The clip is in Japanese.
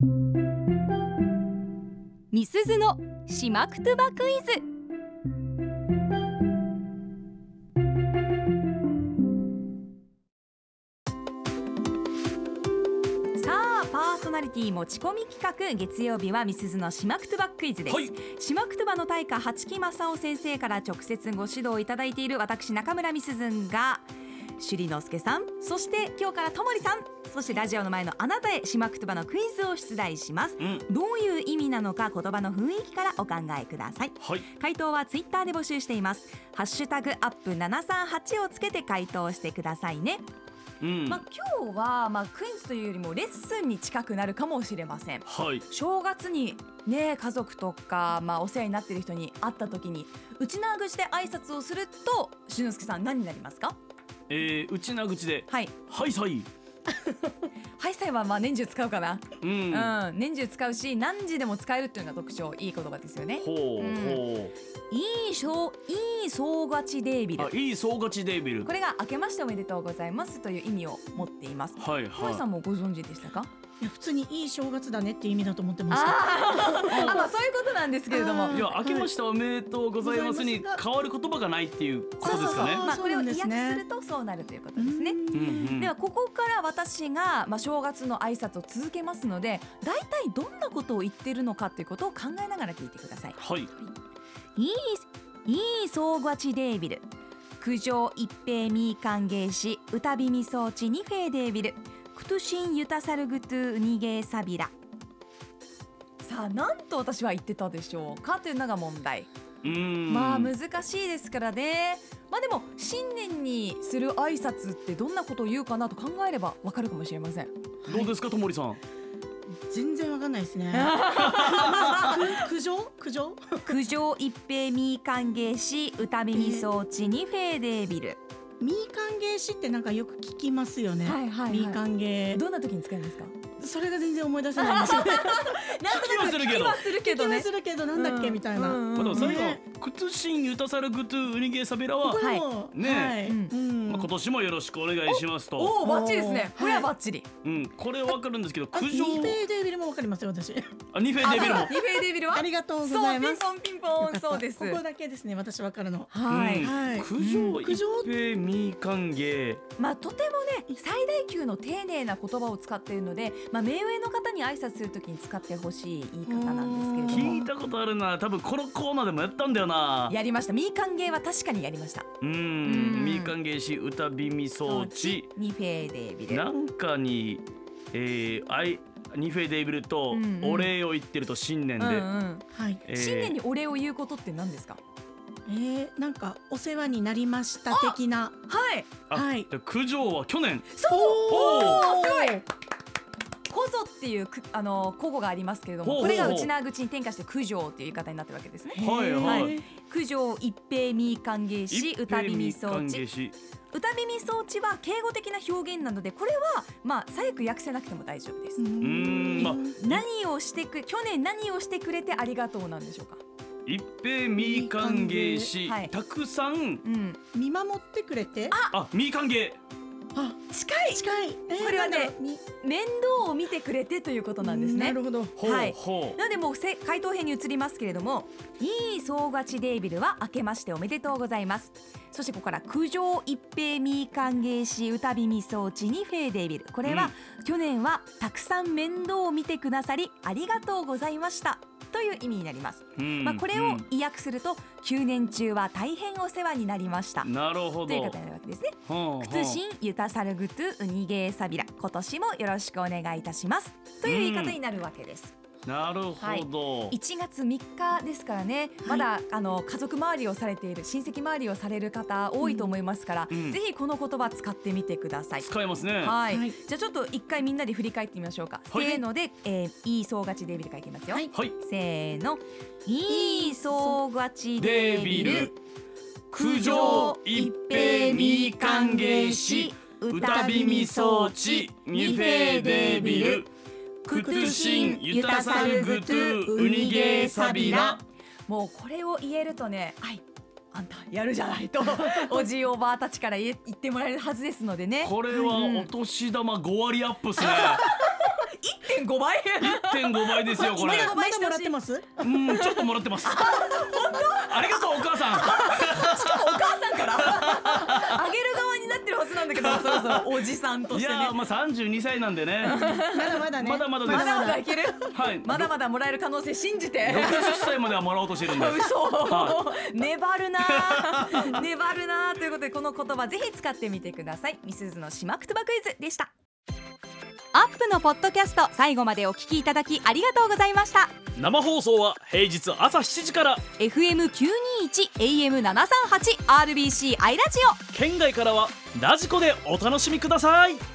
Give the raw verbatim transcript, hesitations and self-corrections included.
みすずのしまくとばクイズ。パーソナリティ持ち込み企画、月曜日はみすずのしまくとばクイズです、はい、しまくとばの大家八木正夫先生から直接ご指導いただいている私中村みすずんが朱里之助さん、そして今日からともりさん、そしてラジオの前のあなたへしまくとばのクイズを出題します、うん、どういう意味なのか言葉の雰囲気からお考えください、はい、回答はツイッターで募集しています。ハッシュタグアップななさんはちをつけて回答してくださいね。うん、まあ、今日はまあクイズというよりもレッスンに近くなるかもしれません、はい、正月に、ね、家族とか、まあ、お世話になっている人に会った時に内縄口で挨拶をすると俊之介さん何になりますか？ えー、内縄口ではいはいさいハイサイはまあ年中使うかな、うんうん、年中使うし何時でも使えるっていうのが特徴、いい言葉ですよね。ほう、うん、ほう、いい総いい総勝ちデービル、 あ、いい総勝ちデービル、 これが明けましておめでとうございますという意味を持っています。はいはい、小林さんもご存知でしたか？ いや、普通にいい正月だねっていう意味だと思ってました。 ああ、まあそういうことなんですけれども、 いや、明けましておめでとうございますに変わる言葉がないっていうことですかね。 まあこれを意訳するとそうなるということですね。うんうん、ではここから私がまあ正月の挨拶を続けますので、だいたいどんなことを言っているのかということを考えながら聞いてください。はい。いいいい総勝ちデービル、九条一平ミー歓迎し歌びみ装置にフェーデービル、クトゥシンユタサルグトゥウニゲーサビラ。さあ何と私は言ってたでしょうかというのが問題。うーん、まあ難しいですからね。まあでも新年にする挨拶ってどんなことを言うかなと考えればわかるかもしれません。 どうですか、ともりさん？ 全然わかんないですね。九条九条九条一平ミー歓迎し歌びみ装置にフェーデービル。 ミー歓迎しってなんかよく聞きますよね。はいはいはい、ミー歓迎、 どんな時に使うんですか？ それが全然思い出せないんですよね。 聞きはするけど、 聞きはするけどね、聞きはするけどなんだっけ、うん、みたいな。 うんうん、まあ、でも最後、ね、クトゥシンユタサルグトゥウニゲーサビラは、はい、ね、はい、うん、まあ、今年もよろしくお願いしますと。 おお、バッチリですね。これはバッチリ。 うん、これはわかるんですけど、 九条。ニフェーデービルもわかりますよ私。 あ、ニフェーデービルも。 ニフェーデービルは。 ありがとうございます。 そう、ピンポンピンポン、そうです。 ここだけですね、私わかるの。 はい。 九条一平ミー歓迎。 まあとてもね、最大級の丁寧な言葉を使っているので、まあ目上の方に挨拶するときに使ってほしい言い方なんですけれども。 聞いたことあるな。多分このコーナーでもやったんだよな。 やりました。ミー歓迎は確かにやりました。 うん、ミー歓迎し歌びみ装置ニフェーデービル。 なんかに、えー、アイニフェーデービルとお礼を言ってると新年で、うんうん、 はい、えー、新年にお礼を言うことって何ですか？ えー、なんかお世話になりました的な。 はいはい。 九条は去年。 そう。おお、すごい。こぞっていうあの古語がありますけれども、これが内縄口に転化して九条という言い方になってるわけですね。はいはい。九条一平ミー歓迎し歌びみ装置。歌びみ装置は敬語的な表現なので、これはまあ最悪訳せなくても大丈夫です。うん、まあ、何をしてく去年何をしてくれてありがとうなんでしょうか？ 一平ミー歓迎し、はい、たくさん、うん、 見守ってくれて、 ああ、ミー歓迎、 あ、近い近い、えー、 これはね、面倒を見てくれてということなんですね。 なるほど。 はい。なのでもう回答編に移りますけれども、いい総勝ちデービルは明けましておめでとうございます。そしてここから九条一平ミー歓迎し歌びみ装置にフェーデービル、これは、うん、去年はたくさん面倒を見てくださりありがとうございましたという意味になります。うん、まあこれを意訳すると、きゅうねん中は大変お世話になりました。 なるほど。 という方になるわけですね。クトゥシンユタサルグトゥウニゲーサビラ、今年もよろしくお願いいたしますという言い方になるわけです。 うん、なるほど。 はい、いちがつみっかですからね、まだ、はい、あの家族周りをされている親戚周りをされる方多いと思いますから、うん、ぜひこの言葉使ってみてください。 使えますね。 はい。はい、じゃあちょっと一回みんなで振り返ってみましょうか。はい、せーので、えー、いい総勝ちデービル書いてみますよ。はい、せーの、いい総勝ちデービル、 九条一平ミー歓迎し歌びみ装置ニフェーデービル、クトゥシンユタサルグトゥウニゲーサビラ。 もうこれを言えるとね、はい、あんたやるじゃないとおじいおばあたちから言ってもらえるはずですのでね。 これはお年玉ごわりアップっすね。 いってんてんごばいいってんごばいですよこれ。 まだまだもらってます？ うんちょっともらってます。本当？ありがとうお母さん。 しかもお母さんからあげる側になってるはずなんだけど、そろそろおじさんとしてね。 いやまあさんじゅうにさいなんでね。 まだまだね。 まだまだです。 まだまだいける。 はい。 まだまだもらえる可能性信じて。 ろくじゅっさいまではもらおうとしてるんで。 嘘、 は粘るな粘るなということで、この言葉ぜひ使ってみてください。みすずのしまくとばクイズでした。アップのポッドキャスト、最後までお聞きいただきありがとうございました。 生放送は平日朝しちじからエフエムきゅうにいち エーエムななさんはち アールビーシー アイラジオ、 県外からはラジコでお楽しみください。